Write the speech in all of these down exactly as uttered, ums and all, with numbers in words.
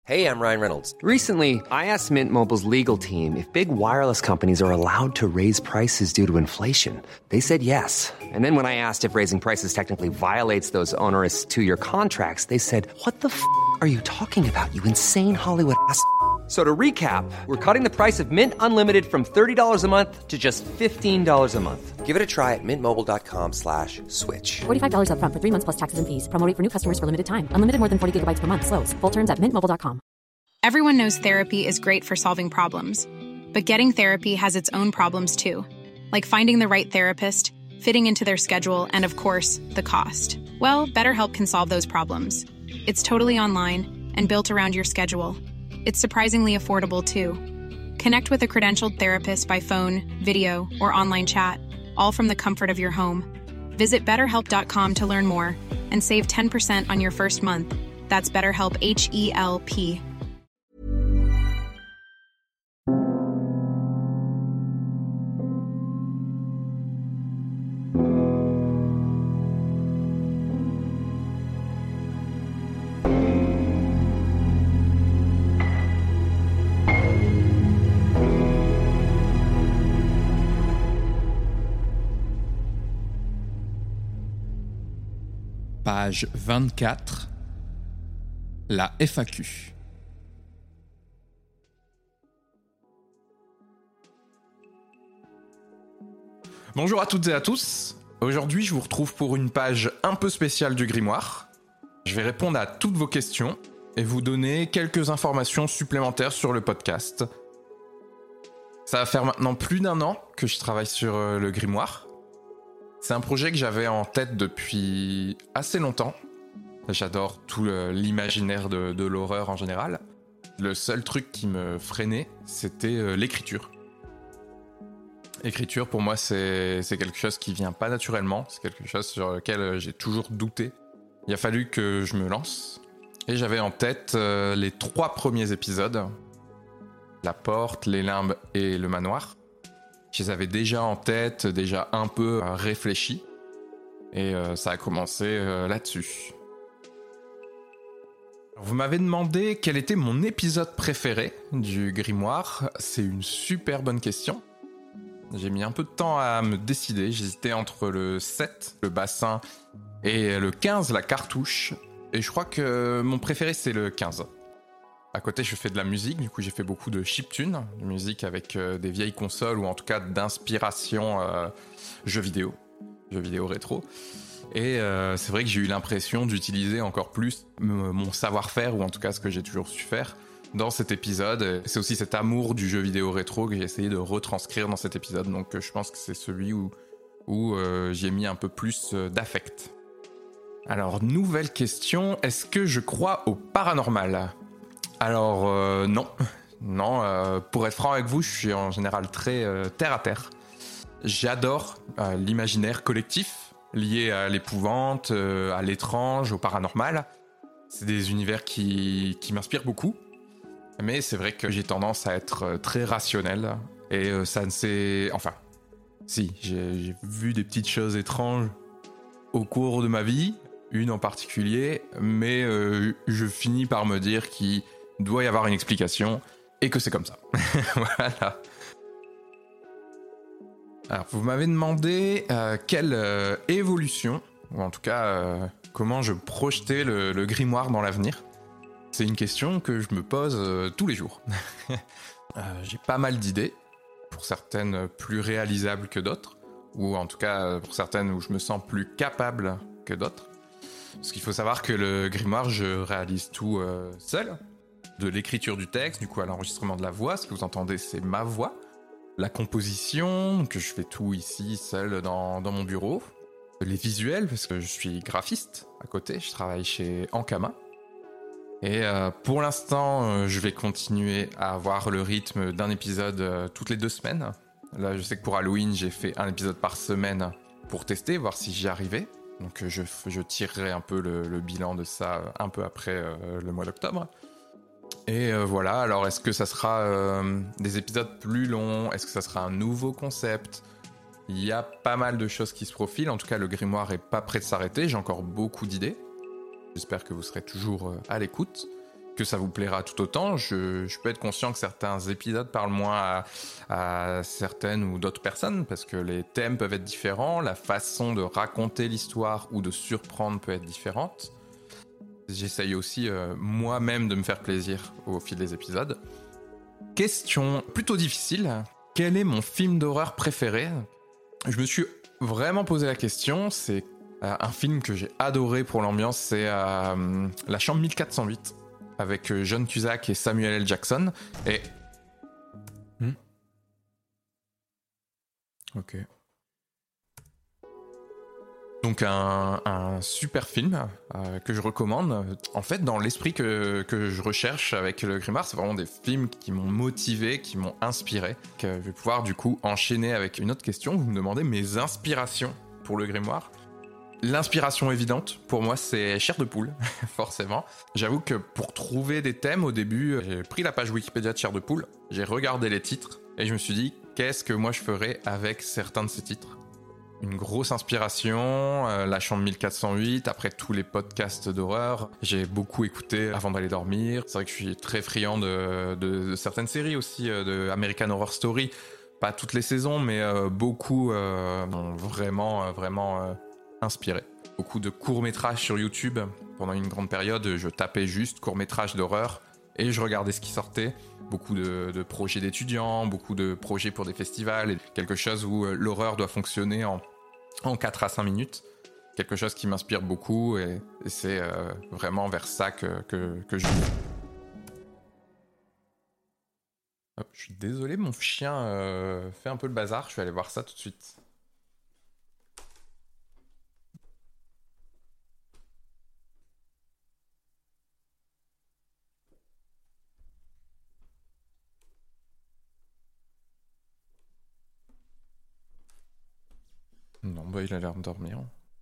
Hey, I'm Ryan Reynolds. Recently, I asked Mint Mobile's legal team if big wireless companies are allowed to raise prices due to inflation. They said yes. And then when I asked if raising prices technically violates those onerous two-year contracts, they said, "What the f*** are you talking about, you insane Hollywood ass?" So to recap, we're cutting the price of Mint Unlimited from thirty dollars a month to just fifteen dollars a month. Give it a try at mintmobile.com slash switch. forty-five dollars up front for three months plus taxes and fees. Promo rate for new customers for limited time. Unlimited more than forty gigabytes per month. Slows full terms at mint mobile dot com. Everyone knows therapy is great for solving problems. But getting therapy has its own problems too. Like finding the right therapist, fitting into their schedule, and of course, the cost. Well, BetterHelp can solve those problems. It's totally online and built around your schedule. It's surprisingly affordable, too. Connect with a credentialed therapist by phone, video, or online chat, all from the comfort of your home. Visit better help dot com to learn more and save ten percent on your first month. That's BetterHelp, H E L P. Page vingt-quatre, la F A Q. Bonjour à toutes et à tous. Aujourd'hui, je vous retrouve pour une page un peu spéciale du grimoire. Je vais répondre à toutes vos questions et vous donner quelques informations supplémentaires sur le podcast. Ça va faire maintenant plus d'un an que je travaille sur le grimoire. C'est un projet que j'avais en tête depuis assez longtemps. J'adore tout le, l'imaginaire de, de l'horreur en général. Le seul truc qui me freinait, c'était euh, l'écriture. L'écriture, pour moi, c'est, c'est quelque chose qui vient pas naturellement. C'est quelque chose sur lequel j'ai toujours douté. Il a fallu que je me lance. Et j'avais en tête euh, les trois premiers épisodes. La porte, les limbes et le manoir. Je les avais déjà en tête, déjà un peu réfléchi. Et euh, ça a commencé euh, là-dessus. Vous m'avez demandé quel était mon épisode préféré du grimoire. C'est une super bonne question. J'ai mis un peu de temps à me décider. J'hésitais entre le sept, le bassin, et le quinze, la cartouche. Et je crois que mon préféré, c'est le quinze. À côté, je fais de la musique, du coup j'ai fait beaucoup de chiptunes, de musique avec euh, des vieilles consoles ou en tout cas d'inspiration euh, jeux vidéo, jeux vidéo rétro. Et euh, c'est vrai que j'ai eu l'impression d'utiliser encore plus m- mon savoir-faire, ou en tout cas ce que j'ai toujours su faire, dans cet épisode. C'est aussi cet amour du jeu vidéo rétro que j'ai essayé de retranscrire dans cet épisode, donc euh, je pense que c'est celui où, où euh, j'ai mis un peu plus euh, d'affect. Alors, nouvelle question, est-ce que je crois au paranormal ? Alors euh, non, non. Euh, pour être franc avec vous, je suis en général très euh, terre à terre. J'adore euh, l'imaginaire collectif lié à l'épouvante, euh, à l'étrange, au paranormal. C'est des univers qui, qui m'inspirent beaucoup. Mais c'est vrai que j'ai tendance à être très rationnel et euh, ça ne s'est... Enfin, si, j'ai, j'ai vu des petites choses étranges au cours de ma vie, une en particulier, mais euh, je finis par me dire qu'il doit y avoir une explication et que c'est comme ça. Voilà. Alors, vous m'avez demandé euh, quelle euh, évolution, ou en tout cas euh, comment je projetais le, le grimoire dans l'avenir. C'est une question que je me pose euh, tous les jours. euh, j'ai pas mal d'idées, pour certaines plus réalisables que d'autres, ou en tout cas pour certaines où je me sens plus capable que d'autres. Parce qu'il faut savoir que le grimoire, je réalise tout euh, seul. De l'écriture du texte, du coup à l'enregistrement de la voix, ce que vous entendez c'est ma voix. La composition, que je fais tout ici seul dans, dans mon bureau. Les visuels, parce que je suis graphiste à côté, je travaille chez Ankama. Et euh, pour l'instant, euh, je vais continuer à avoir le rythme d'un épisode euh, toutes les deux semaines. Là, je sais que pour Halloween, j'ai fait un épisode par semaine pour tester, voir si j'y arrivais. Donc je, je tirerai un peu le, le bilan de ça un peu après euh, le mois d'octobre. Et euh, voilà, alors est-ce que ça sera euh, des épisodes plus longs ? Est-ce que ça sera un nouveau concept ? Il y a pas mal de choses qui se profilent, en tout cas le grimoire est pas prêt de s'arrêter, j'ai encore beaucoup d'idées. J'espère que vous serez toujours euh, à l'écoute. que ça vous plaira tout autant. Je, je peux être conscient que certains épisodes parlent moins à, à certaines ou d'autres personnes parce que les thèmes peuvent être différents, la façon de raconter l'histoire ou de surprendre peut être différente. J'essaye aussi euh, moi-même de me faire plaisir au fil des épisodes. Question plutôt difficile. Quel est mon film d'horreur préféré ? Je me suis vraiment posé la question. C'est euh, un film que j'ai adoré pour l'ambiance. C'est euh, La Chambre mille quatre cent huit avec euh, John Cusack et Samuel L. Jackson. Et... Hmm. Ok. Donc un, un super film euh, que je recommande. En fait, dans l'esprit que, que je recherche avec le Grimoire, c'est vraiment des films qui m'ont motivé, qui m'ont inspiré. Que je vais pouvoir du coup enchaîner avec une autre question. Vous me demandez mes inspirations pour le Grimoire. L'inspiration évidente, pour moi, c'est Chair de Poule, forcément. J'avoue que pour trouver des thèmes, au début, j'ai pris la page Wikipédia de Chair de Poule, j'ai regardé les titres, et je me suis dit, qu'est-ce que moi je ferais avec certains de ces titres ? Une grosse inspiration, euh, La Chambre mille quatre cent huit, après tous les podcasts d'horreur. J'ai beaucoup écouté avant d'aller dormir. C'est vrai que je suis très friand de, de, de certaines séries aussi, euh, de American Horror Story. Pas toutes les saisons, mais euh, beaucoup euh, m'ont vraiment, euh, vraiment euh, inspiré. Beaucoup de courts-métrages sur YouTube. Pendant une grande période, je tapais juste courts-métrages d'horreur et je regardais ce qui sortait. Beaucoup de, de projets d'étudiants, beaucoup de projets pour des festivals. Quelque chose où euh, l'horreur doit fonctionner en en quatre à cinq minutes, quelque chose qui m'inspire beaucoup et, et c'est euh, vraiment vers ça que, que, que je vais. Hop, je suis désolé, mon chien euh, fait un peu le bazar, je vais aller voir ça tout de suite. Non, bah il a l'air de dormir.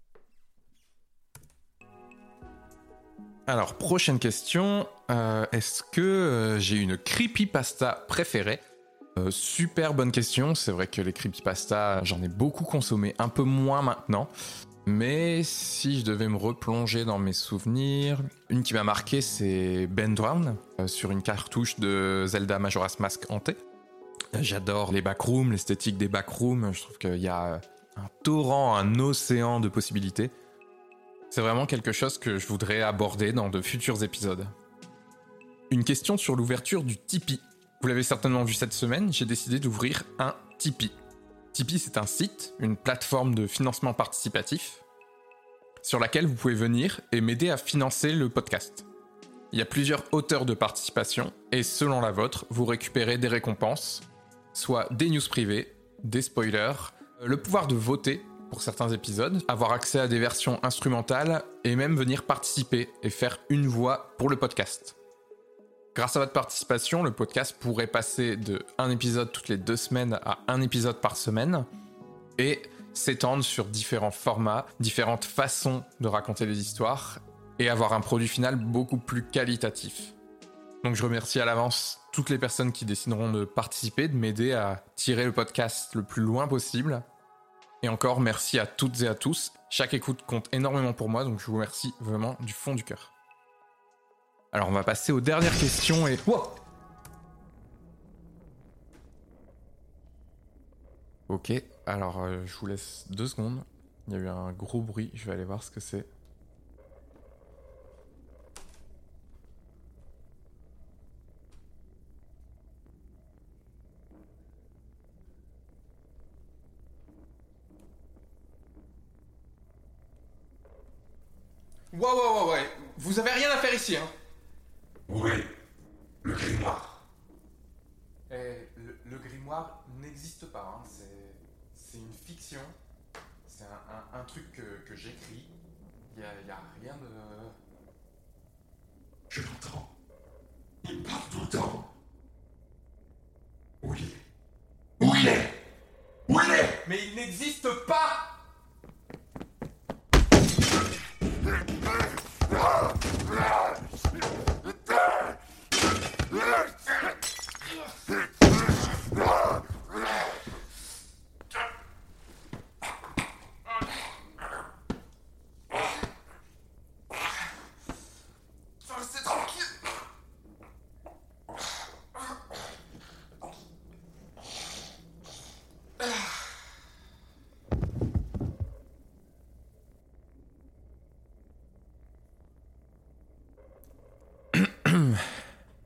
Alors, prochaine question. Euh, est-ce que euh, j'ai une creepypasta préférée ? euh, Super bonne question. C'est vrai que les creepypastas, j'en ai beaucoup consommé, un peu moins maintenant. Mais si je devais me replonger dans mes souvenirs, une qui m'a marqué, c'est Ben Drown, euh, sur une cartouche de Zelda Majora's Mask hantée. J'adore les backrooms, l'esthétique des backrooms. Je trouve qu'il y a un torrent, un océan de possibilités. C'est vraiment quelque chose que je voudrais aborder dans de futurs épisodes. Une question sur l'ouverture du Tipeee. Vous l'avez certainement vu cette semaine, j'ai décidé d'ouvrir un Tipeee. Tipeee, c'est un site, une plateforme de financement participatif, sur laquelle vous pouvez venir et m'aider à financer le podcast. Il y a plusieurs hauteurs de participation, et selon la vôtre, vous récupérez des récompenses, soit des news privées, des spoilers, le pouvoir de voter pour certains épisodes, avoir accès à des versions instrumentales et même venir participer et faire une voix pour le podcast. Grâce à votre participation, le podcast pourrait passer de un épisode toutes les deux semaines à un épisode par semaine et s'étendre sur différents formats, différentes façons de raconter les histoires et avoir un produit final beaucoup plus qualitatif. Donc je remercie à l'avance toutes les personnes qui décideront de participer, de m'aider à tirer le podcast le plus loin possible. Et encore, merci à toutes et à tous. Chaque écoute compte énormément pour moi, donc je vous remercie vraiment du fond du cœur. Alors, on va passer aux dernières questions et... Wow. Ok, alors euh, je vous laisse deux secondes. Il y a eu un gros bruit, je vais aller voir ce que c'est. Ouais, ouais, ouais, ouais. Vous avez rien à faire ici, hein. Oui, le grimoire. Et le, le grimoire n'existe pas, hein. C'est, c'est une fiction. C'est un, un, un truc que, que j'écris. Il n'y a, y a rien de... Je l'entends. Il parle tout le temps. Où il est ? Où il est ? Où il est ? Mais il n'existe pas. Laissez tranquille.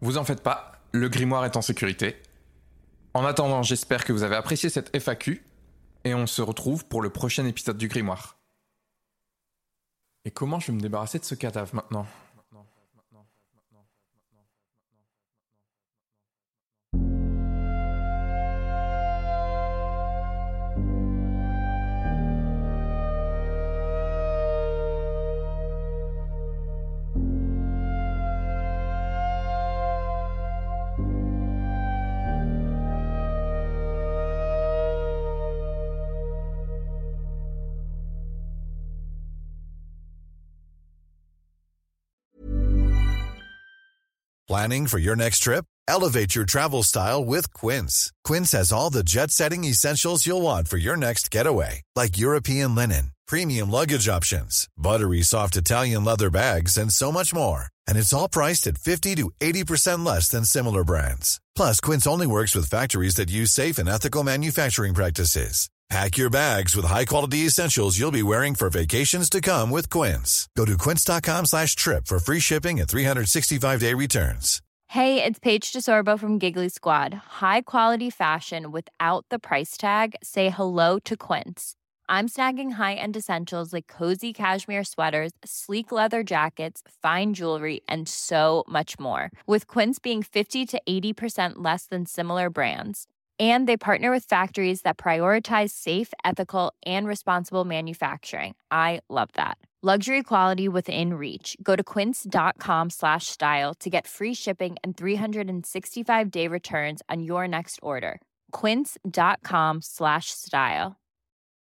Vous en faites pas, le grimoire est en sécurité. En attendant, j'espère que vous avez apprécié cette F A Q et on se retrouve pour le prochain épisode du grimoire. Et comment je vais me débarrasser de ce cadavre maintenant ? Planning for your next trip? Elevate your travel style with Quince. Quince has all the jet-setting essentials you'll want for your next getaway, like European linen, premium luggage options, buttery soft Italian leather bags, and so much more. And it's all priced at fifty to eighty percent less than similar brands. Plus, Quince only works with factories that use safe and ethical manufacturing practices. Pack your bags with high-quality essentials you'll be wearing for vacations to come with Quince. Go to quince.com slash trip for free shipping and three sixty-five day returns. Hey, it's Paige DeSorbo from Giggly Squad. High quality fashion without the price tag. Say hello to Quince. I'm snagging high-end essentials like cozy cashmere sweaters, sleek leather jackets, fine jewelry, and so much more. With Quince being fifty to eighty percent less than similar brands. And they partner with factories that prioritize safe, ethical, and responsible manufacturing. I love that. Luxury quality within reach. Go to quince.com slash style to get free shipping and three sixty-five day returns on your next order. Quince.com slash style.